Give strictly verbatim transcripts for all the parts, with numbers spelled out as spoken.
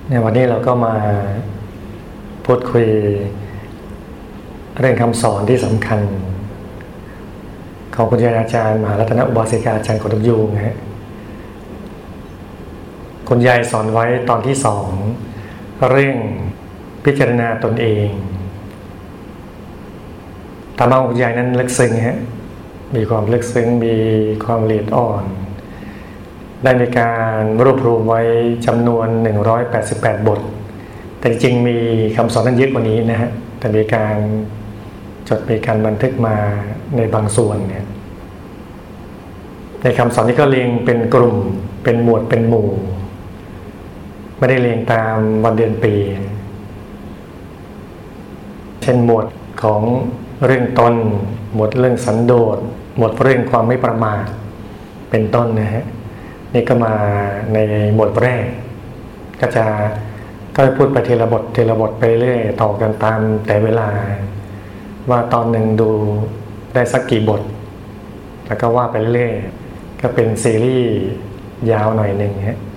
ในวันนี้เราก็มาพูดคุยเรื่องคำสอนที่สำคัญของคุณยายอาจารย์มหารัตนอุบาสิกาอาจารย์ขนกยูงนะฮะคุณยายสอนไว้ตอนที่สองเรื่องพิจารณาตนเองธรรมะของคุณยายนั้นลึกซึ้งฮะมีความลึกซึ้งมีความละเอียดอ่อนได้มีการรวบรวมไว้จำนวนหนึ่งร้อยแปดสิบแปดบทแต่จริงๆมีคำสอนนั้นเยอะกว่านี้นะฮะแต่มีการจดมีการบันทึกมาในบางส่วนเนี่ยในคำสอนนี้ก็เรียงเป็นกลุ่มเป็นหมวดเป็นหมู่ไม่ได้เรียงตามวันเดือนปีเช่นหมวดของเรื่องตนหมวดเรื่องสันโดษหมวดเรื่องความไม่ประมาทเป็นต้นนะฮะนี่ก็มาในหมวดแรกก็จะก็พูดไปทีละบททีละบทไปเรื่อยต่อกันตามแต่เวลาว่าตอนหนึ่งดูได้สักกี่บทแล้วก็ว่าไปเรื่อยก็เป็นซีรีส์ยาวหน่อยหนึ่งฮะ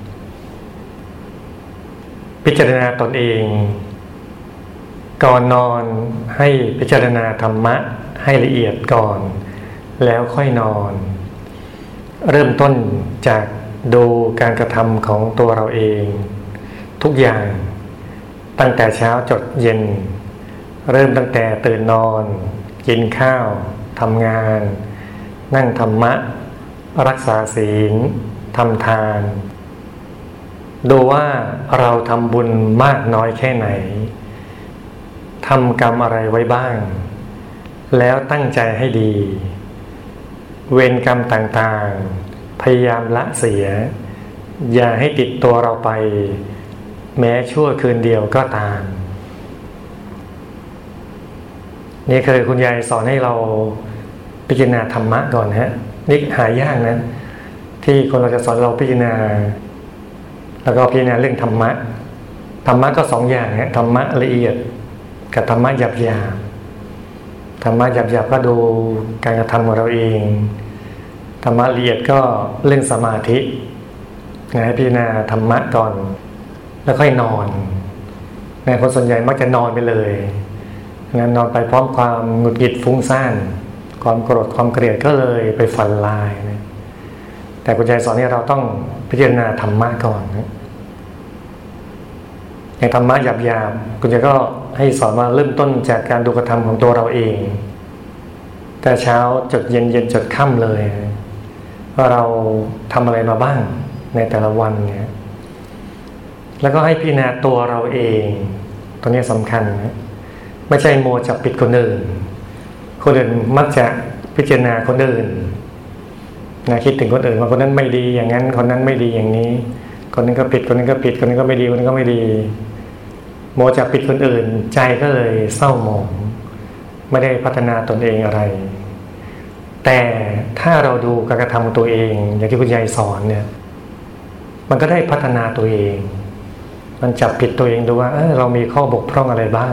พิจารณาตนเองก่อนนอนให้พิจารณาธรรมะให้ละเอียดก่อนแล้วค่อยนอนเริ่มต้นจากดูการกระทำของตัวเราเองทุกอย่างตั้งแต่เช้าจดเย็นเริ่มตั้งแต่ตื่นนอนกินข้าวทำงานนั่งธรรมะรักษาศีลทำทานดูว่าเราทำบุญมากน้อยแค่ไหนทำกรรมอะไรไว้บ้างแล้วตั้งใจให้ดีเวรกรรมต่างๆพยายามละเสียอย่าให้ติดตัวเราไปแม้ชั่วคืนเดียวก็ตามนี่คือคุณยายสอนให้เราพิจารณาธรรมะก่อนฮะนี่หายากนะที่คนเราจะสอนเราพิจารณาแล้วก็พิจารณาเรื่องธรรมะธรรมะก็สองอย่างฮะธรรมะละเอียดกับธรรมะหยาบหยาบธรรมะหยาบหยาบก็ดูการกระทำของเราเองธรรมะละเอียดก็เรื่องสมาธิให้พิจารณาธรรมะก่อนแล้วค่อยนอนในคนส่วนใหญ่มักจะนอนไปเลยงั้นนอนไปพร้อมความหงุดหงิดฟุ้งซ่านความโกรธความเกลียดก็เลยไปฝันลายนะแต่คุณยายสอนให้เราต้องพิจารณาธรรมะก่อนนะอย่างธรรมะหยาบๆคุณยายก็ให้สอนว่าเริ่มต้นจากการดูกระทำของตัวเราเองแต่เช้าจดเย็นเย็นจดค่ำเลยว่าเราทำอะไรมาบ้างในแต่ละวันเนี่ยแล้วก็ให้พิจารณาตัวเราเองตัวนี้สำคัญนะไม่ใช่โมจับปิดคนอื่นคนอื่นมักจะพิจารณาคนอื่นนะคิดถึงคนอื่นว่าคนนั้นไม่ดีอย่างนั้นคนนั้นไม่ดีอย่างนี้คนนั้นก็ผิดคนนั้นก็ผิดคนนั้นก็ไม่ดีคนนั้นก็ไม่ดีโมจับปิดคนอื่นใจก็เลยเศร้าหมองไม่ได้พัฒนาตนเองอะไรแต่ถ้าเราดูการกระทำของตัวเองอย่างที่คุณยายสอนเนี่ยมันก็ได้พัฒนาตัวเองมันจับผิดตัวเองดูว่า เออเรามีข้อบกพร่องอะไรบ้าง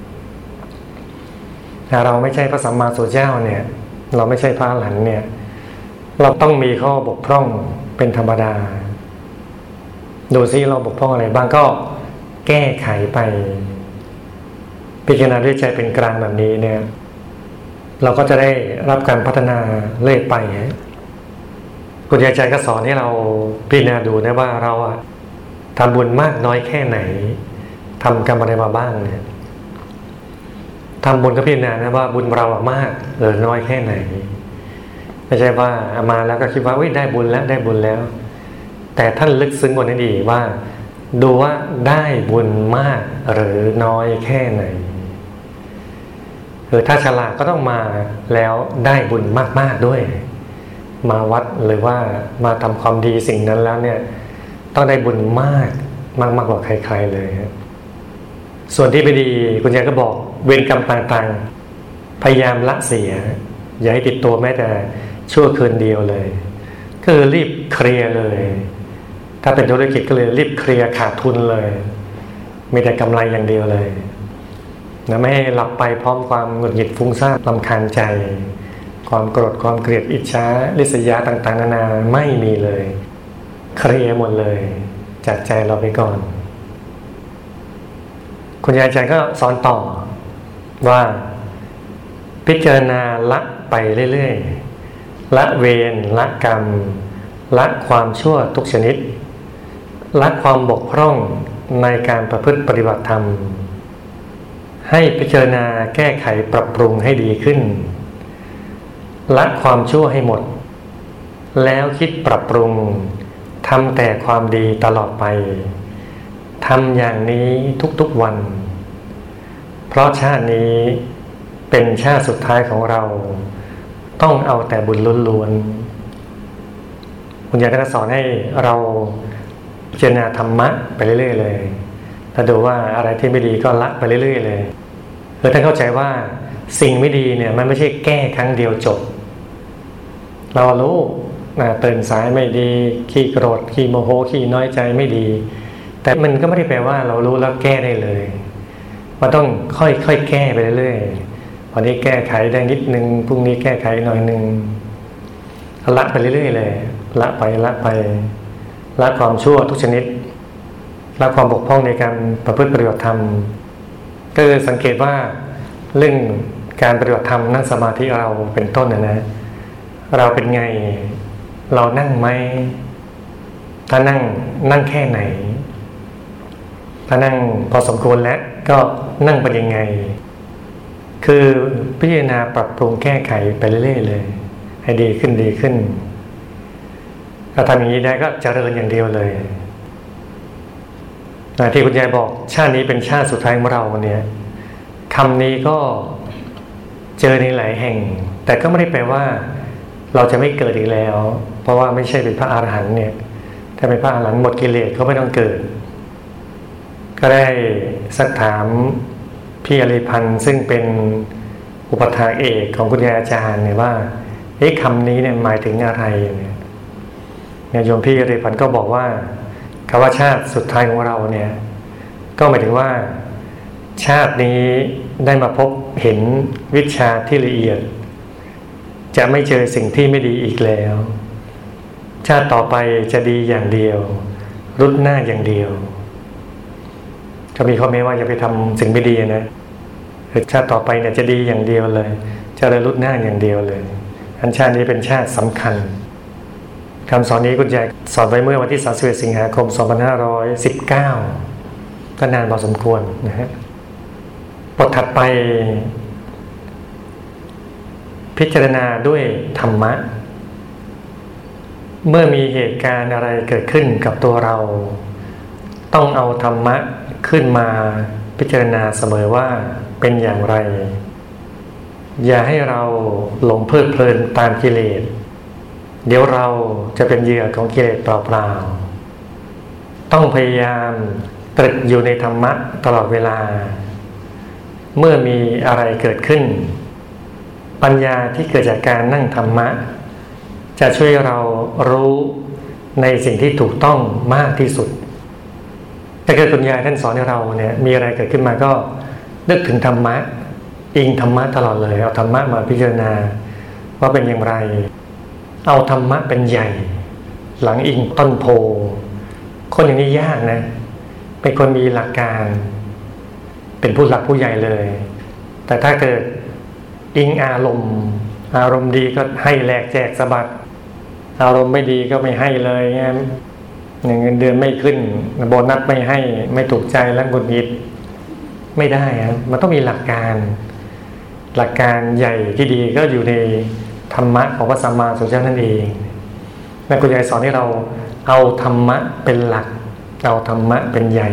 เราไม่ใช่พระสัมมาสัมพุทธเจ้าเนี่ยเราไม่ใช่พระอรหันต์เนี่ยเราต้องมีข้อบกพร่องเป็นธรรมดาดูซิเราบกพร่องอะไรบ้างก็แก้ไขไปพิจารณาด้วยใจเป็นกลางแบบนี้เนี่ยเราก็จะได้รับการพัฒนาเรื่อยไปคุณยายใจก็สอนให้เราพิจารณาดูนะว่าเราอะทำบุญมากน้อยแค่ไหนทำกรรมอะไรมาบ้างเนี่ยทำบุญก็พิจารณานะว่าบุญเราอะมากหรือน้อยแค่ไหนไม่ใช่ว่ามาแล้วก็คิดว่าได้บุญแล้วได้บุญแล้วแต่ท่านลึกซึ้งกว่านั้นอีกว่าดูว่าได้บุญมากหรือน้อยแค่ไหนหรือถ้าฉลาดก็ต้องมาแล้วได้บุญมากๆด้วยมาวัดหรือว่ามาทำความดีสิ่งนั้นแล้วเนี่ยต้องได้บุญมากมากมากกว่าใครๆเลยส่วนที่ไม่ดีคุณยายก็บอกเวรกรรมต่างๆพยายามละเสียอย่าให้ติดตัวแม้แต่ชั่วคืนเดียวเลยก็คือรีบเคลียร์เลยถ้าเป็นธุรกิจก็เลยรีบเคลียร์ขาดทุนเลยมีแต่กำไรอย่างเดียวเลยนะไม่ให้หลับไปพร้อมความหงุดหงิดฟุ้งซ่านรำคาญใจความโกรธความเกลียดอิจฉาริษยาต่างๆนานาไม่มีเลยเคลียร์หมดเลยจากใจเราไปก่อนคุณยายอาจารย์ก็สอนต่อว่าพิจารณาละไปเรื่อยๆละเวรละกรรมละความชั่วทุกชนิดละความบกพร่องในการประพฤติปฏิบัติธรรมให้พิจารณาแก้ไขปรับปรุงให้ดีขึ้นละความชั่วให้หมดแล้วคิดปรับปรุงทำแต่ความดีตลอดไปทำอย่างนี้ทุกๆวันเพราะชาตินี้เป็นชาติสุดท้ายของเราต้องเอาแต่บุญล้วนๆคุณยายท่านสอนให้เราพิจารณาธรรมะไปเรื่อยๆเลยถ้าดูว่าอะไรที่ไม่ดีก็ละไปเรื่อยๆเลยคือท่านเข้าใจว่าสิ่งไม่ดีเนี่ยมันไม่ใช่แก้ครั้งเดียวจบเรารู้ตื่นสายไม่ดีขี้โกรธขี้โมโหขี้น้อยใจไม่ดีแต่มันก็ไม่ได้แปลว่าเรารู้แล้วแก้ได้เลยมันต้องค่อยๆแก้ไปเรื่อยๆวันนี้แก้ไขได้นิดนึงพรุ่งนี้แก้ไขหน่อยนึงละไปเรื่อยๆเลยละไปละไปละความชั่วทุกชนิดละความบกพร่องในการประพฤติปฏิบัติธรรมก็คือสังเกตว่าเรื่องการปฏิบัติธรรมนั่งสมาธิเราเป็นต้นนะนะเราเป็นไงเรานั่งไหมถ้านั่งนั่งแค่ไหนถ้านั่งพอสมควรแล้วก็นั่งเป็นยังไงคือพิจารณาปรับปรุงแก้ไขไปเรื่อยๆเลยให้ดีขึ้นดีขึ้นถ้าทำอย่างนี้ได้ก็เจริญอย่างเดียวเลยที่คุณยายบอกชาตินี้เป็นชาติสุดท้ายของเราเนี่ยคำนี้ก็เจอในหลายแห่งแต่ก็ไม่ได้แปลว่าเราจะไม่เกิดอีกแล้วเพราะว่าไม่ใช่เป็นพระอรหันต์เนี่ยถ้าเป็นพระอรหันต์หมดกิเลสก็ไม่ต้องเกิดก็ได้สักถามพี่อริพันธ์ซึ่งเป็นอุปถากเอกของคุณยายอาจารย์เนี่ยว่าเอ๊ะคำนี้เนี่ยหมายถึงอะไรเนี่ยโยมพี่อริพันธ์ก็บอกว่าคำว่าชาติสุดท้ายของเราเนี่ยก็หมายถึงว่าชาตินี้ได้มาพบเห็นวิชาที่ละเอียดจะไม่เจอสิ่งที่ไม่ดีอีกแล้วชาติต่อไปจะดีอย่างเดียวรุดหน้าอย่างเดียวก็มีข้อแม้ว่าอย่าไปทำสิ่งไม่ดีนะชาติต่อไปเนี่ยจะดีอย่างเดียวเลยจะเลยรุดหน้าอย่างเดียวเลยอันชาตินี้เป็นชาติสำคัญคำสอนนี้คุณยายสอนไว้เมื่อวันที่สามสิบเอ็ดสิงหาคมสองพันห้าร้อยสิบเก้าก็นานพอสมควรนะฮะบทถัดไปพิจารณาด้วยธรรมะเมื่อมีเหตุการณ์อะไรเกิดขึ้นกับตัวเราต้องเอาธรรมะขึ้นมาพิจารณาเสมอว่าเป็นอย่างไรอย่าให้เราหลงเพลิดเพลินตามกิเลสเดี๋ยวเราจะเป็นเหยื่อของกิเลสเปล่าๆต้องพยายามตรึกอยู่ในธรรมะตลอดเวลาเมื่อมีอะไรเกิดขึ้นปัญญาที่เกิดจากการนั่งธรรมะจะช่วยเรารู้ในสิ่งที่ถูกต้องมากที่สุดถ้าเกิดคุณยายท่านสอนให้เราเนี่ยมีอะไรเกิดขึ้นมาก็นึกถึงธรรมะอิงธรรมะตลอดเลยเอาธรรมะมาพิจารณาว่าเป็นอย่างไรเอาธรรมะเป็นใหญ่หลังอิงต้นโพคนอย่างนี้ยากนะเป็นคนมีหลักการเป็นผู้หลักผู้ใหญ่เลยแต่ถ้าเกิดอิงอารมณ์อารมณ์ดีก็ให้แหลกแจกสะบัดอารมณ์ไม่ดีก็ไม่ให้เลยเงี้ยเงินเดือนไม่ขึ้นโบนัสไม่ให้ไม่ถูกใจแล้วหงุดหงิดไม่ได้ครับมันต้องมีหลักการหลักการใหญ่ที่ดีก็อยู่ในธรรมะของพระสัมมาสัมพุทธเจ้านั่นเองแม่คุณยายสอนให้เราเอาธรรมะเป็นหลักเอาธรรมะเป็นใหญ่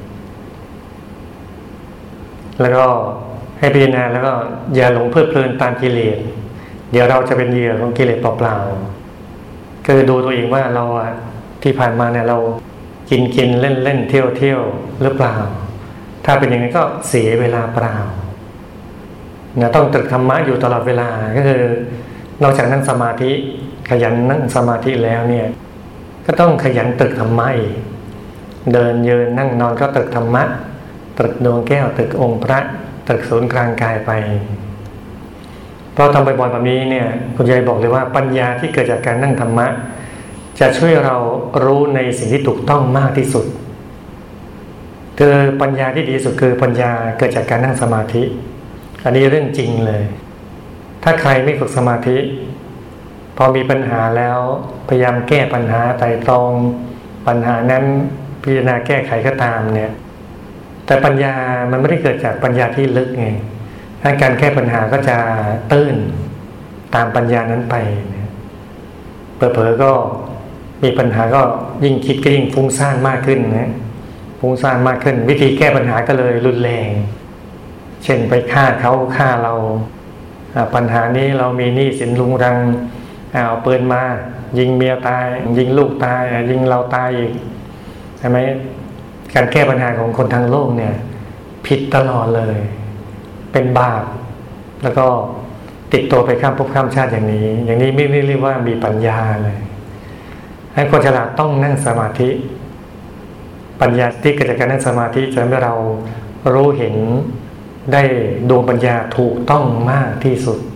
แล้วก็ให้พิจารณาแล้วก็อย่าหลงเพลิดเพลินตามกิเลสเดี๋ยวเราจะเป็นเหยื่อของกิเลสเปล่าๆคือดูตัวเองว่าเราที่ผ่านมาเนี่ยเรากินกินเล่นเล่นเที่ยวเที่ยวหรือเปล่าถ้าเป็นอย่างนั้นก็เสียเวลาเปล่านะต้องตรึกธรรมะอยู่ตลอดเวลาก็คือนอกจากนั่งสมาธิขยันนั่งสมาธิแล้วเนี่ยก็ต้องขยันตรึกธรรมะอีกเดินยืนนั่งนอนก็ตรึกธรรมะตรึกดวงแก้วตรึกองค์พระตรึกศูนย์กลางกายไปเพราะทำบ่อยๆแบบนี้เนี่ยคุณยายบอกเลยว่าปัญญาที่เกิดจากการนั่งธรรมะจะช่วยเรารู้ในสิ่งที่ถูกต้องมากที่สุดคือปัญญาที่ดีสุดคือปัญญาเกิดจากการนั่งสมาธิอันนี้เรื่องจริงเลยถ้าใครไม่ฝึกสมาธิพอมีปัญหาแล้วพยายามแก้ปัญหาไตร่ตรองปัญหานั้นพิจารณาแก้ไขก็ตามเนี่ยแต่ปัญญามันไม่ได้เกิดจากปัญญาที่ลึกไงการแก้ปัญหาก็จะตื้นตามปัญญานั้นไปเผลอๆก็มีปัญหาก็ยิ่งคิดก็ยิ่งฟุ้งซ่านมากขึ้นนะฟุ้งซ่านมากขึ้นวิธีแก้ปัญหาก็เลยรุนแรงเช่นไปฆ่าเขาฆ่าเราปัญหานี้เรามีหนี้สินรุงรังเอาปืนมายิงเมียตายยิงลูกตายยิงเราตายอีกใช่ไหมการแก้ปัญหาของคนทางโลกเนี่ยผิดตลอดเลยเป็นบาปแล้วก็ติดตัวไปข้ามภพข้ามชาติอย่างนี้อย่างนี้ไม่ได้เรียกว่ามีปัญญาเลยให้คนฉลาดต้องนั่งสมาธิปัญญาที่เกิดจากการนั่งสมาธิจะทำให้เรารู้เห็นได้ดวงปัญญาถูกต้องมากที่สุด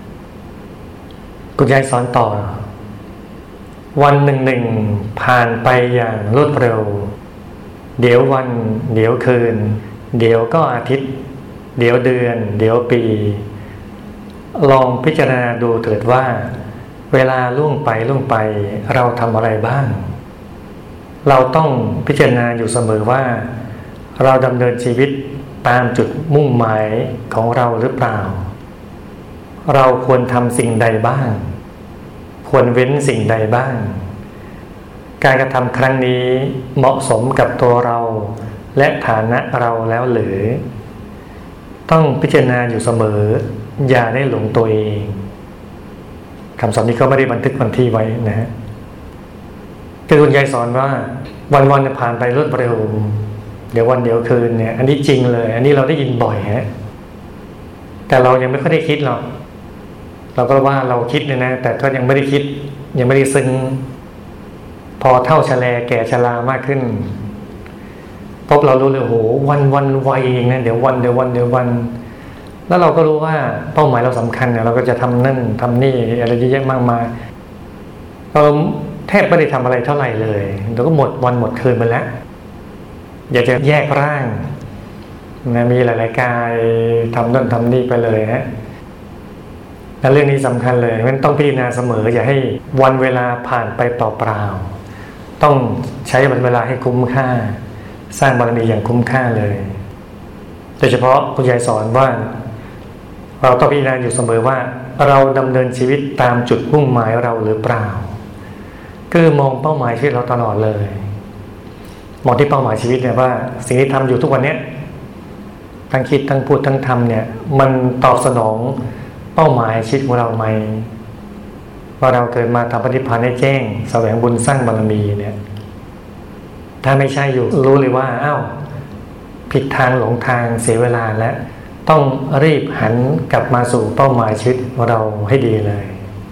คุณยายสอนต่อวันหนึ่งหนึ่งผ่านไปอย่างรวดเร็วเดี๋ยววันเดี๋ยวคืนเดี๋ยวก็อาทิตย์เดี๋ยวเดือนเดี๋ยวปีลองพิจารณาดูเถิดว่าเวลาล่วงไปล่วงไปเราทำอะไรบ้างเราต้องพิจารณาอยู่เสมอว่าเราดำเนินชีวิตตามจุดมุ่งหมายของเราหรือเปล่าเราควรทำสิ่งใดบ้างควรเว้นสิ่งใดบ้างการกระทำครั้งนี้เหมาะสมกับตัวเราและฐานะเราแล้วหรือต้องพิจารณาอยู่เสมออย่าได้หลงตัวเองคำสอนนี้ก็ไม่ได้บันทึกวันที่ไว้นะฮะคือคุณยายสอนว่าวันๆผ่านไปรวดเร็วเดี๋ยววันเดี๋ยวคืนเนี่ยอันนี้จริงเลยอันนี้เราได้ยินบ่อยฮะแต่เรายังไม่ค่อยได้คิดหรอกเราก็ว่าเราคิดเนี่ยนะแต่ก็ยังไม่ได้คิดยังไม่ได้ซึ้งพอเท่าชะแลแก่ชรามากขึ้นพบเรารู้เลยโหวันวันไวเองนะเดี๋ยววันเดี๋ยววันเดี๋ยววันแล้วเราก็รู้ว่าเป้าหมายเราสำคัญเนี่ยเราก็จะทำนั่นทำนี่อะไรเยอะแยะมากมายเราแทบไม่ได้ทำอะไรเท่าไหร่เลยเราก็หมดวันหมดคืนไปแล้วอยากจะแยกร่างนะมีหลายๆกายทำนั่นทำนี่ไปเลยฮะและเรื่องนี้สำคัญเลยมันต้องพิจารณาเสมออย่าให้วันเวลาผ่านไปเปล่าๆต้องใช้วันเวลาให้คุ้มค่าสร้างบารมีอย่างคุ้มค่าเลยโดยเฉพาะคุณยายสอนว่าเราต้องพิจารณาอยู่เสมอว่าเราดำเนินชีวิตตามจุดมุ่งหมายเราหรือเปล่าคือมองเป้าหมายชีวิตเราตลอดเลยมองที่เป้าหมายชีวิตเนี่ยว่าสิ่งที่ทำอยู่ทุกวันนี้ทั้งคิดทั้งพูดทั้งทำเนี่ยมันตอบสนองเป้าหมายชีวิตของเราไหมว่าเราเกิดมาทำปฏิภาณให้แจ้งแสวงบุญสร้างบารมีเนี่ยถ้าไม่ใช่อยู่รู้เลยว่าอ้าวผิดทางหลงทางเสียเวลาและต้องรีบหันกลับมาสู่เป้าหมายชีวิตของเราให้ดีเลย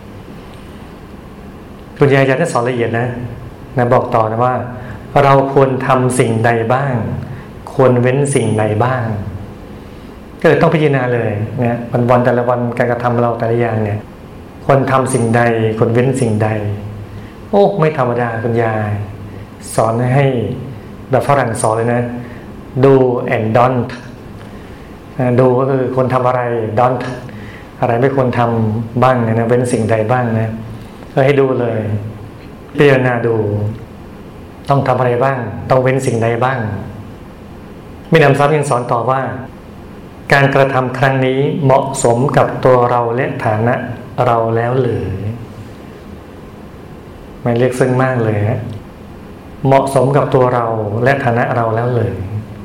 คุณยายจะได้สอนละเอียดนะนะบอกต่อนะว่าเราควรทำสิ่งใดบ้างควรเว้นสิ่งใดบ้างก็เลยต้องพิจารณาเลยนะวันวันแต่ละวันการกระทำเราแต่ละอย่างเนี่ยควรทำสิ่งใดควรเว้นสิ่งใดโอ้ไม่ธรรมดาคุณยายสอนให้แบบฝรั่งสอนเลยนะ do and don't ดูก็คือคนทำอะไร don't อะไรไม่ควรทำบ้างนะเว้นสิ่งใดบ้างนะก็ให้ดูเลยพิจารณาดูต้องทำอะไรบ้างต้องเว้นสิ่งใดบ้างมีนำซ้ำยังสอนต่อว่าการกระทำครั้งนี้เหมาะสมกับตัวเราและฐานะเราแล้วหรือไม่เรียกซึ้งมากเลยฮะเหมาะสมกับตัวเราและฐานะเราแล้วเลย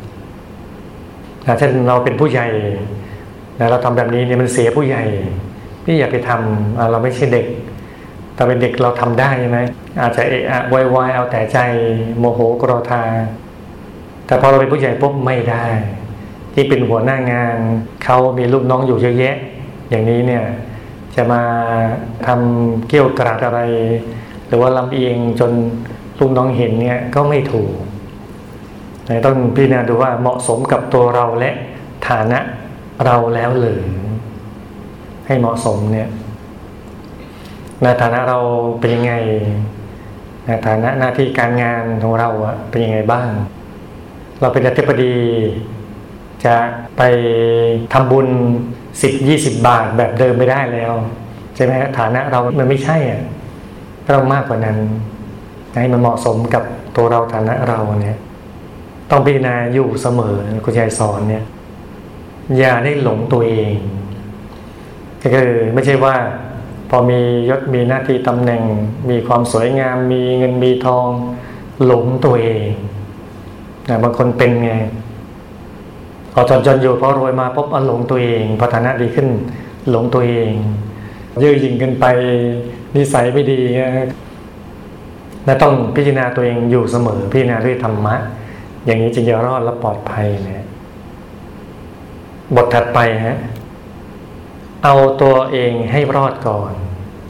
เช่นเราเป็นผู้ใหญ่เราทำแบบนี้เนี่ยมันเสียผู้ใหญ่พี่อย่าไปทำเราไม่ใช่เด็กแต่เป็นเด็กเราทำได้ใช่ไหมอาจจะเอะอะวายวายเอาแต่ใจโมโหกรธาแต่พอเราเป็นผู้ใหญ่ปุ๊บไม่ได้ที่เป็นหัวหน้างานเขามีลูกน้องอยู่เยอะแยะอย่างนี้เนี่ยจะมาทำเกี่ยวกราดอะไรหรือว่าลำเอียงจนลูกน้องเห็นเนี่ยก็ไม่ถูกต้องพิจารณาดูว่าเหมาะสมกับตัวเราและฐานะเราแล้วหรือให้เหมาะสมเนี่ยในฐานะเราเป็นยังไงในฐานะหน้าที่การงานของเราเป็นยังไงบ้างเราเป็นอธิบดีจะไปทำบุญสิบยี่สิบบาทแบบเดิมไม่ได้แล้วใช่ไหมฐานะเรามันไม่ใช่อ่ะต้องมากกว่านั้นให้มันเหมาะสมกับตัวเราฐานะเราเนี่ยต้องพิจารณาอยู่เสมอคุณยายสอนเนี่ยอย่าได้หลงตัวเองก็คือไม่ใช่ว่าพอมียศมีหน้าที่ตำแหน่งมีความสวยงามมีเงินมีทองหลงตัวเองนะบางคนเป็นไงพอจนจนอยู่พอรวยมาปุ๊บเอาหลงตัวเองพอฐานะดีขึ้นหลงตัวเองเย่อหยิ่งกันไปนิสัยไม่ดีและต้องพิจารณาตัวเองอยู่เสมอพิจารณาด้วยธรรมะอย่างนี้จึงจะรอดและปลอดภัยนะบทถัดไปฮะเอาตัวเองให้รอดก่อน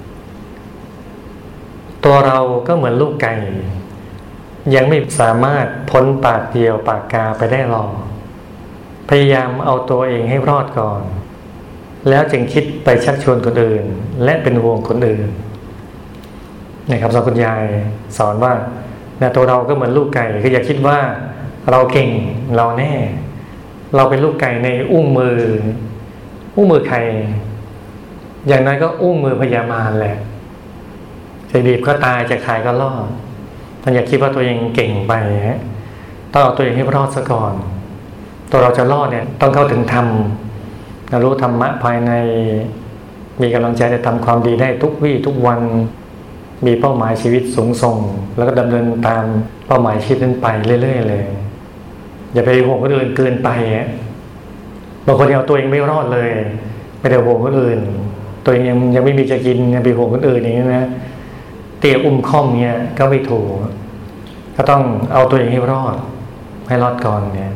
ตัวเราก็เหมือนลูกไก่ยังไม่สามารถพ้นปากเดียวปากกาไปได้หรอกพยายามเอาตัวเองให้รอดก่อนแล้วจึงคิดไปชักชวนคนอื่นและเป็นห่วงคนอื่นนะครับสอนคุณยายสอนว่าเนี่ยตัวเราก็เหมือนลูกไก่คืออย่าคิดว่าเราเก่งเราแน่เราเป็นลูกไก่ในอุ้งมืออุ้งมือใครอย่างน้อยก็อุ้งมือพญามารแหละจะบีบก็ตายจะขายก็รอดมันอย่าคิดว่าตัวเองเก่งไปฮะต้องเอาตัวเองให้รอดซะก่อนตัวเราจะรอดเนี่ยต้องเข้าถึงธรรมรู้ธรรมะภายในมีกำลังใจจะทำความดีได้ทุกวี่ทุกวันมีเป้าหมายชีวิตสูงส่งแล้วก็ดำเนินตามเป้าหมายชีวิตนั้นไปเรื่อยๆเลยอย่าไปห่วงคนอื่นเกินไปฮะบางคนเอาตัวเองไม่รอดเลยไม่ได้ห่วงคนอื่นตัวเองยังยังไม่มีจะกินยังไปห่วงคนอื่นอย่างนี้นะเตี่ยอุ้มค่อมเนี่ยก็ไม่ถูกก็ต้องเอาตัวเองให้รอดให้รอดก่อนเนี่ย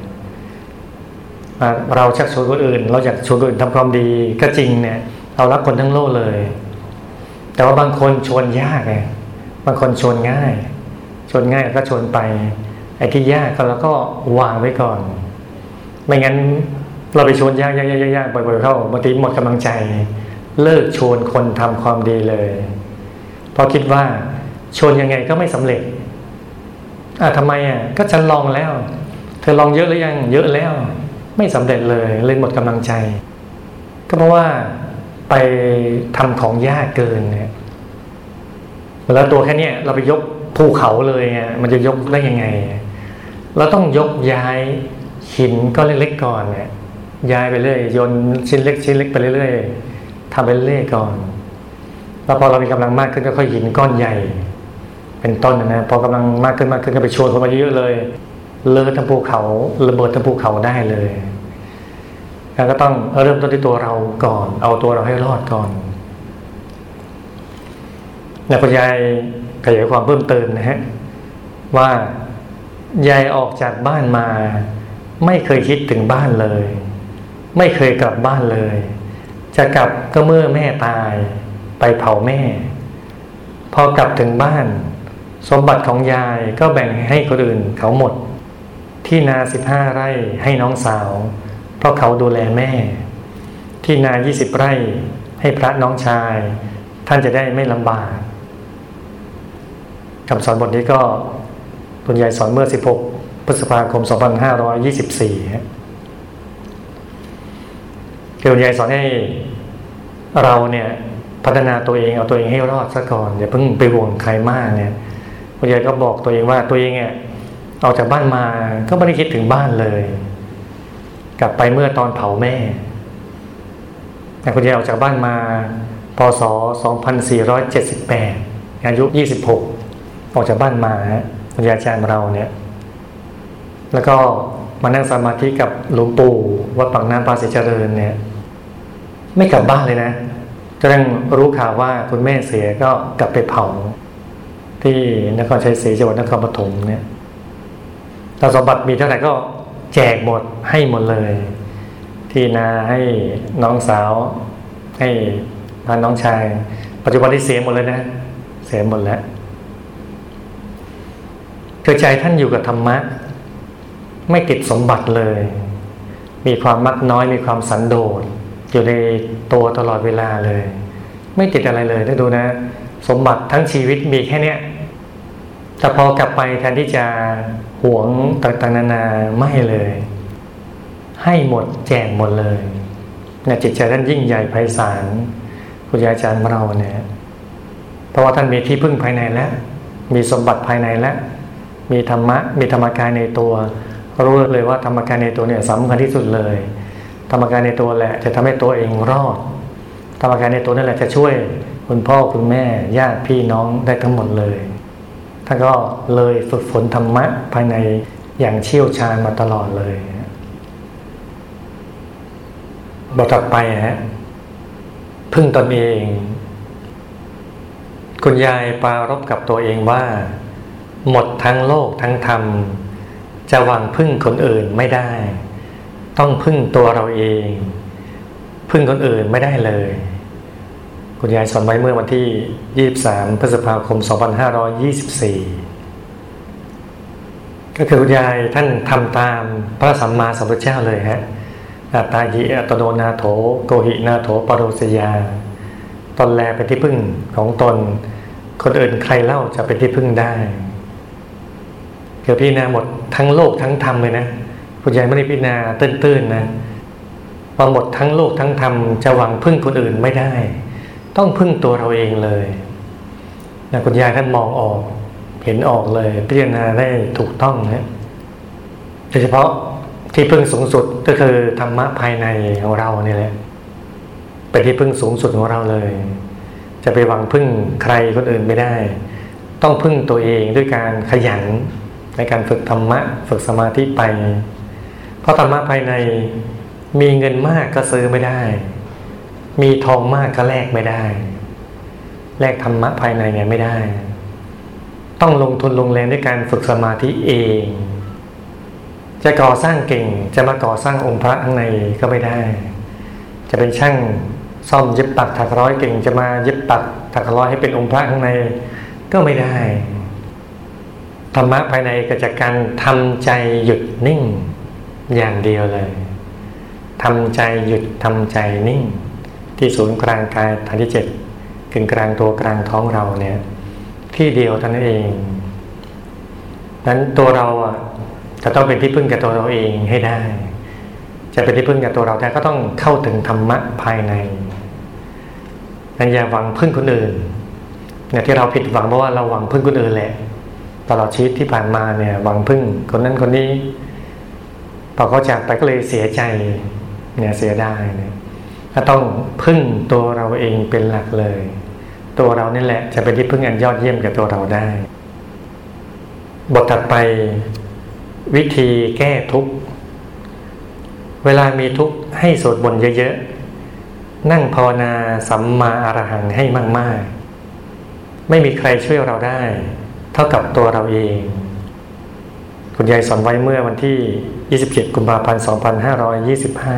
เราชักชวนคนอื่นเราอยากชวนคนอื่นทำความดีก็จริงเนี่ยเรารักคนทั้งโลกเลยแต่ว่าบางคนชวนยากไงบางคนชวนง่ายชวนง่ายก็ชวนไปไอ้ที่ยากก็เราก็วางไว้ก่อนไม่งั้นเราไปชวนยากยากยากยากบ่อยๆเข้าบางทีหมดกำลังใจเลิกชวนคนทำความดีเลยเพราะคิดว่าชวนยังไงก็ไม่สำเร็จอ่ะทำไมอ่ะก็ฉันลองแล้วเธอลองเยอะหรือยังเยอะแล้วไม่สำเร็จเลยเลยหมดกำลังใจก็เพราะว่าไปทำของยากเกินเนี่ยแล้วตัวแค่นี้เราไปยกภูเขาเลยอ่ะมันจะยกได้ยังไงเราต้องยกย้ายหินก้อนเล็กๆก่อนเนี่ยย้ายไปเรื่อยโยนชิ้นเล็กชิ้นเล็กไปเรื่อยๆทำไปเรื่อยก่อนแล้วพอเรามีกำลังมากขึ้นก็ค่อยหินก้อนใหญ่เป็นต้นนะพอกำลังมากขึ้นมากขึ้นก็ไปชวนคนมาเยอะเลยเลอะทั้งภูเขาระเบิดทั้งภูเขาได้เลยแล้วก็ต้องเริ่มต้นที่ตัวเราก่อนเอาตัวเราให้รอดก่อนแล้วคุณยายขยายความเพิ่มเติมนะฮะว่ายายออกจากบ้านมาไม่เคยคิดถึงบ้านเลยไม่เคยกลับบ้านเลยจะกลับก็เมื่อแม่ตายไปเผาแม่พอกลับถึงบ้านสมบัติของยายก็แบ่งให้คนอื่นเขาหมดที่นาสิบห้าไร่ให้น้องสาวเพราะเขาดูแลแม่ที่นายี่สิบไร่ให้พระน้องชายท่านจะได้ไม่ลำบากคำสอนบทนี้ก็คุณยายสอนเมื่อสิบหกพฤษภาคมสองพันห้าร้อยยี่สิบสี่คือคุณยายสอนให้เราเนี่ยพัฒนาตัวเองเอาตัวเองให้รอดซะก่อนอย่าเพิ่งไปห่วงใครมากเนี่ยคุณยายก็บอกตัวเองว่าตัวเองเนี่ยออกจากบ้านมาก็ไม่ได้คิดถึงบ้านเลยกลับไปเมื่อตอนเผาแม่แต่คุณยายออกจากบ้านมาพ.ศ. สองพันสี่ร้อยเจ็ดสิบแปดอายุยี่สิบหกออกจากบ้านมาคุณยายอาจารย์เราเนี่ยแล้วก็มานั่งสมาธิกับหลวงปู่วัดปากน้ำภาษีเจริญเนี่ยไม่กลับบ้านเลยนะจนรู้ข่าวว่าคุณแม่เสียก็กลับไปเผาที่นครชัยศรีจังหวัดนครปฐมเนี่ยแต่สมบัติมีเท่าไหร่ก็แจกหมดให้หมดเลยที่นาให้น้องสาวให้พาน้องชายปัจจุบันที่เสียหมดเลยนะเสียหมดแล้วเกิดใจท่านอยู่กับธรรมะไม่ติดสมบัติเลยมีความมักน้อยมีความสันโดษอยู่ในตัวตลอดเวลาเลยไม่ติดอะไรเลยได้ดูนะสมบัติทั้งชีวิตมีแค่เนี้ยแต่พอกลับไปแทนที่จะหวงต่างๆนานาไม่เลยให้หมดแจกหมดเลยเนี่ยจิตใจท่านยิ่งใหญ่ไพศาลครูอาจารย์ของเราเนี่ยเพราะว่าท่านมีที่พึ่งภายในแล้วมีสมบัติภายในแล้วมีธรรมะมีธรรมกายในตัวรู้เลยว่าธรรมกายในตัวเนี่ยสำคัญที่สุดเลยธรรมกายในตัวแหละจะทำให้ตัวเองรอดธรรมกายในตัวนั่นแหละจะช่วยคุณพ่อคุณแม่ญาติพี่น้องได้ทั้งหมดเลยท่านก็เลยฝึกฝนธรรมะภายในอย่างเชี่ยวชาญมาตลอดเลยบทต่อไปฮะพึ่งตนเองคุณยายปรารภกับตัวเองว่าหมดทั้งโลกทั้งธรรมจะหวังพึ่งคนอื่นไม่ได้ต้องพึ่งตัวเราเองพึ่งคนอื่นไม่ได้เลยคุณยายสอนไว้เมื่อวันที่ยี่สิบสามพฤษภาคมสองพันห้าร้อยยี่สิบสี่ก็คือคุณยายท่านทำตามพระสัมมาสัมพุทธเจ้าเลยฮะอัตตาหิอัตโนนาโถโกหินาโถปโรสยาตนแลเป็นที่พึ่งของตนคนอื่นใครเล่าจะเป็นที่พึ่งได้เกี่ยวพี่นาหมดทั้งโลกทั้งธรรมเลยนะคุณยายไม่ได้พิจารณาตื้นๆนะพอหมดทั้งโลกทั้งธรรมจะหวังพึ่งคนอื่นไม่ได้ต้องพึ่งตัวเราเองเลยนะคุณยายท่านมองออกเห็นออกเลยพิจารณาได้ถูกต้องนะโดยเฉพาะที่พึ่งสูงสุดก็คือธรรมะภายในของเราเนี่ยแหละเป็นที่พึ่งสูงสุดของเราเลยจะไปหวังพึ่งใครคนอื่นไม่ได้ต้องพึ่งตัวเองด้วยการขยันในการฝึกธรรมะฝึกสมาธิไปเพราะธรรมะภายในมีเงินมากก็ซื้อไม่ได้มีทองมากก็แลกไม่ได้แลกธรรมะภายในเนี่ยไม่ได้ต้องลงทุนลงแรงด้วยการฝึกสมาธิเองจะก่อสร้างเก่งจะมาก่อสร้างองค์พระข้างในก็ไม่ได้จะเป็นช่างซ่อมเย็บปักถักร้อยเก่งจะมาเย็บปักถักร้อยให้เป็นองค์พระข้างในก็ไม่ได้ธรรมะภายในก็จากการทำใจหยุดนิ่งอย่างเดียวเลยทำใจหยุดทำใจนิ่งที่ศูนย์กลางกายฐานที่เจ็ดกึ่งกลางตัวกลางท้องเราเนี่ยที่เดียวเท่านั้นเองนั้นตัวเราอ่ะจะต้องเป็นที่พึ่งกับตัวเราเองให้ได้จะเป็นที่พึ่งกับตัวเราได้ก็ต้องเข้าถึงธรรมะภายในนั้นอย่าหวังพึ่งคนอื่นเนี่ยที่เราผิดหวังเพราะว่าเราหวังพึ่งคนอื่นแหละตลอดชีวิตที่ผ่านมาเนี่ยหวังพึ่งคนนั้นคนนี้พอเขาจากไปก็เลยเสียใจเนี่ยเสียดายเนี่ยก็ต้องพึ่งตัวเราเองเป็นหลักเลยตัวเรานี่แหละจะเป็นที่พึ่งอันยอดเยี่ยมกับตัวเราได้บทถัดไปวิธีแก้ทุกข์เวลามีทุกข์ให้สวดมนต์เยอะๆนั่งภาวนาสัมมาอรหังให้มากๆไม่มีใครช่วยเราได้เท่ากับตัวเราเองคุณยายสอนไว้เมื่อวันที่ยี่สิบเจ็ดกุมภาพันธ์สองพันห้าร้อยยี่สิบห้า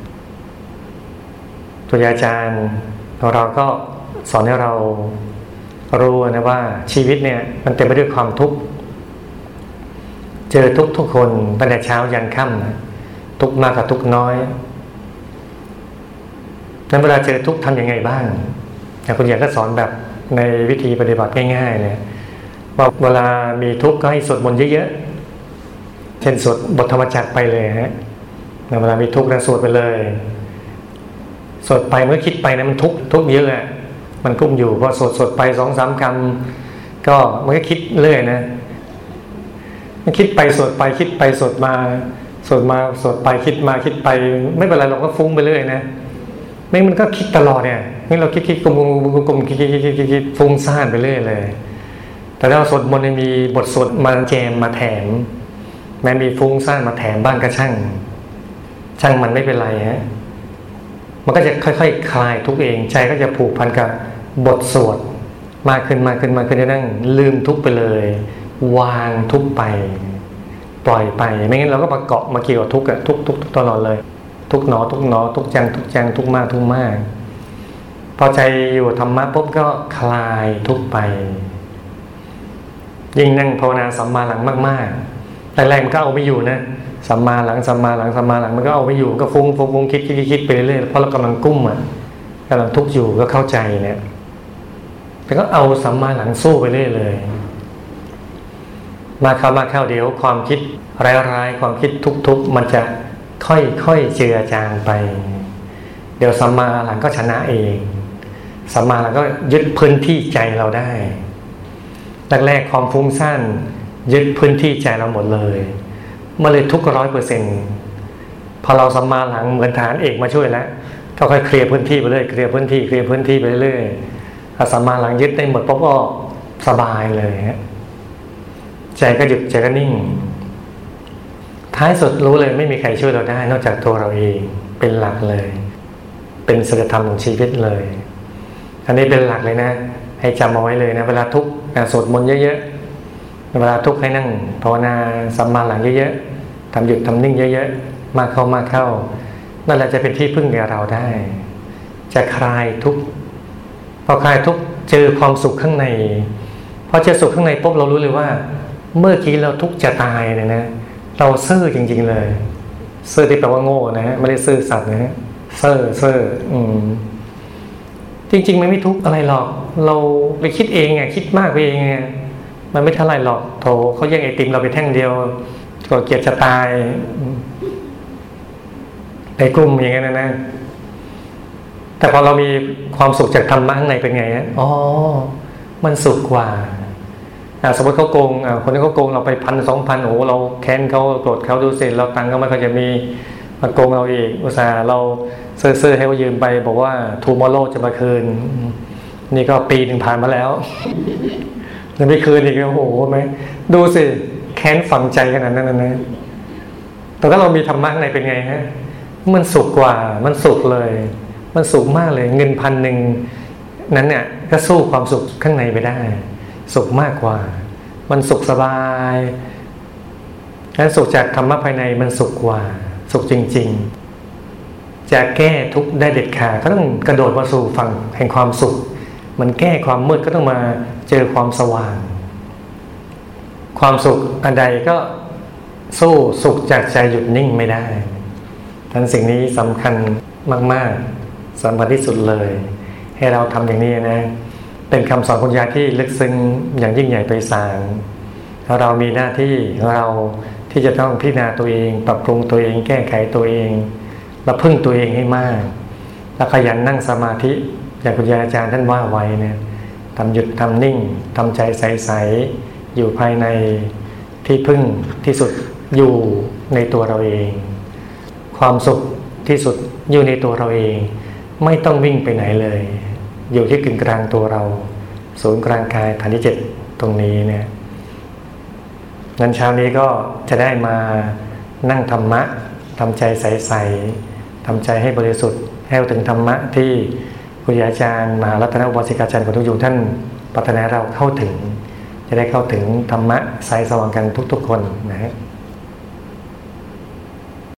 คุณยายอาจารย์ของเราก็สอนให้เรารู้นะว่าชีวิตเนี่ยมันเต็มไปด้วยความทุกข์เจอทุกทุกคนตั้งแต่เช้ายันค่ำทุกมากกับทุกน้อยนั้นเวลาเจอทุกทำยังไงบ้างคุณยายก็สอนแบบในวิธีปฏิบัติง่ายๆเนี่ยว่าเวลามีทุกข์ก็ให้สวดมนต์เยอะๆเช่นสวดบทธรรมจักรไปเลยฮะเวลามีทุกข์นะสวดไปเลยสวดไปเมื่อคิดไปนะมันทุกข์ทุกข์เยอะมันกุ้มอยู่พอสวดสวดไปสองสามคำก็มันก็คิดเรื่อยนะมันคิดไปสวดไปคิดไปสวดมาสวดมาสวดไปคิดมาคิดไปไม่เป็นไรเราก็ฟุ้งไปเรื่อยนะไม่มันก็คิดตลอดเนี่ยนี่เราคิดคิดกลมกลมกลมคิดคิดคิดคิดฟุ้งซ่านไปเรื่อยเลยแต่ถ้าสวดมนต์มีบทสวดมาแจมมาแถมแม้มีฟุ้งซ่านมาแถมบ้างก็ช่างช่างมันไม่เป็นไรฮะมันก็จะค่อยๆ ค, คลายทุกเองใจก็จะผูกพันกับบทสวดมากขึ้นมากขึ้นมากขึ้นจนนั่งลืมทุกไปเลยวางทุกไปปล่อยไปไม่งั้นเราก็มาเกาะมาเกี่ยวกับทุกข์ทุกทุกตลอดเลยทุกหนอทุกหนอทุกจังทุกจังทุกมากทุกมากพอใจอยู่ธรรมะปุ๊บก็คลายทุกไปยิ่งนั่งภาวนาสัมมาหลังมากๆแต่แรกมันก็เอาไม่อยู่นะสัมมาหลังสัมมาหลังสัมมาหลังมันก็เอาไม่อยู่ก็ฟุ้งฟุ้งฟุ้งคิดคิดคิดไปเรื่อยเพราะเรากำลังกุ้มอ่ะกำลังทุกข์อยู่ก็เข้าใจเนี่ยแต่ก็เอาสัมมาหลังสู้ไปเรื่อยเลยมาเข้ามาเข้าเดี๋ยวความคิดร้ายๆความคิดทุกข์ๆมันจะค่อยๆเจือจางไปเดี๋ยวสัมมาหลังก็ชนะเองสัมมาหลังก็ยึดพื้นที่ใจเราได้แรกๆความฟุ้งซ่านยึดพื้นที่ใจเราหมดเลยเมื่อเลยทุกร้อยเปอร์เซ็นต์พอเราสัมมาหลังเหมือนฐานเอกมาช่วยแล้วก็ค่อยเคลียร์พื้นที่ไปเรื่อยเคลียร์พื้นที่เคลียร์พื้นที่ไปเรื่อยถ้าสัมมาหลังยึดได้หมดปุ๊บก็สบายเลยฮะใจก็หยุดใจก็นิ่งท้ายสุดรู้เลยไม่มีใครช่วยเราได้นอกจากตัวเราเองเป็นหลักเลยเป็นศีลธรรมของชีวิตเลยอันนี้เป็นหลักเลยนะให้จำเอาไว้เลยนะเวลาทุกข์สวดมนต์เยอะๆเวลาทุกข์ให้นั่งภาวนาสัมมาหลังเยอะๆทำหยุดทำนิ่งเยอะๆมากเข้ามากเข้านั่นแหละจะเป็นที่พึ่งแก่เราได้จะคลายทุกข์พอคลายทุกข์เจอความสุขข้างในพอเจอสุขข้างในปุ๊บเรารู้เลยว่าเมื่อกี้เราทุกข์จะตายเนี่ยนะเราซื่อจริงๆเลยซื่อที่แปลว่าโง่นะฮะไม่ได้ซื่อสัตย์นะฮะซื่อซื่ออืมจริงๆมันไม่ทุกข์อะไรหรอกเราไปคิดเองไงคิดมากไปเองไงมันไม่เท่าไรหรอกโถเขาแย่งไอติมเราไปแท่งเดียวก็เกลียดจะตายในกลุ่มอย่างนั้นนะแต่พอเรามีความสุขจากธรรมะข้างในเป็นไงฮะอ๋อมันสุขกว่าสมมติเขาโกงคนที่เขาโกงเราไปพันสองพันโอ้เราแค้นเขาโกรธเขาดูเสร็จเราตังค์ก็ไม่ค่อยจะมีมาโกงเราอีกอุตส่าห์เราซื้อๆให้เขายืมไปบอกว่าทูมอร์โลจะมาคืนนี่ก็ปีหนึ่งผ่านมาแล้วยังไม่คืนอีกโอ้โหไหมดูสิแค้นฝังใจขนาดนั้นนะแต่ถ้าเรามีธรรมะในเป็นไงฮะมันสุขกว่ามันสุขเลยมันสุขมากเลยเงินพันหนึ่งนั้นเนี่ยก็สู้ความสุขข้างในไปได้สุขมากกว่ามันสุขสบายและสุขจากธรรมะภายในมันสุขกว่าสุขจริงๆจะแก้ทุกข์ได้เด็ดขาดก็ต้องกระโดดมาสู่ฝั่งแห่งความสุขมันแก้ความมืดก็ต้องมาเจอความสว่างความสุขอันใดก็สู้สุขจากใจหยุดนิ่งไม่ได้ทั้งสิ่งนี้สำคัญมากๆสำคัญที่สุดเลยให้เราทำอย่างนี้นะเป็นคำสอนคุณยายที่ลึกซึ้งอย่างยิ่งใหญ่ไพศาลเรามีหน้าที่ของเราที่จะต้องพิจารณาตัวเองปรับปรุงตัวเองแก้ไขตัวเองและพึ่งตัวเองให้มากและขยันนั่งสมาธิอย่างคุณยายอาจารย์ท่านว่าไว้เนี่ยทำหยุดทำนิ่งทำใจใสๆอยู่ภายในที่พึ่งที่สุดอยู่ในตัวเราเองความสุขที่สุดอยู่ในตัวเราเองไม่ต้องวิ่งไปไหนเลยอยู่ที่กึ่งกลางตัวเราศูนย์กลางกายฐานที่เจ็ดตรงนี้เนี่ยงั้นเช้านี้ก็จะได้มานั่งธรรมะทำใจใสๆทำใจให้บริสุทธิ์ให้ถึงธรรมะที่ครูอาจารย์มหารัตนอุบาสิกาจารย์ของทุกยุคท่านปรารถนาเราเข้าถึงจะได้เข้าถึงธรรมะสายสว่างกันทุกๆคนนะฮะ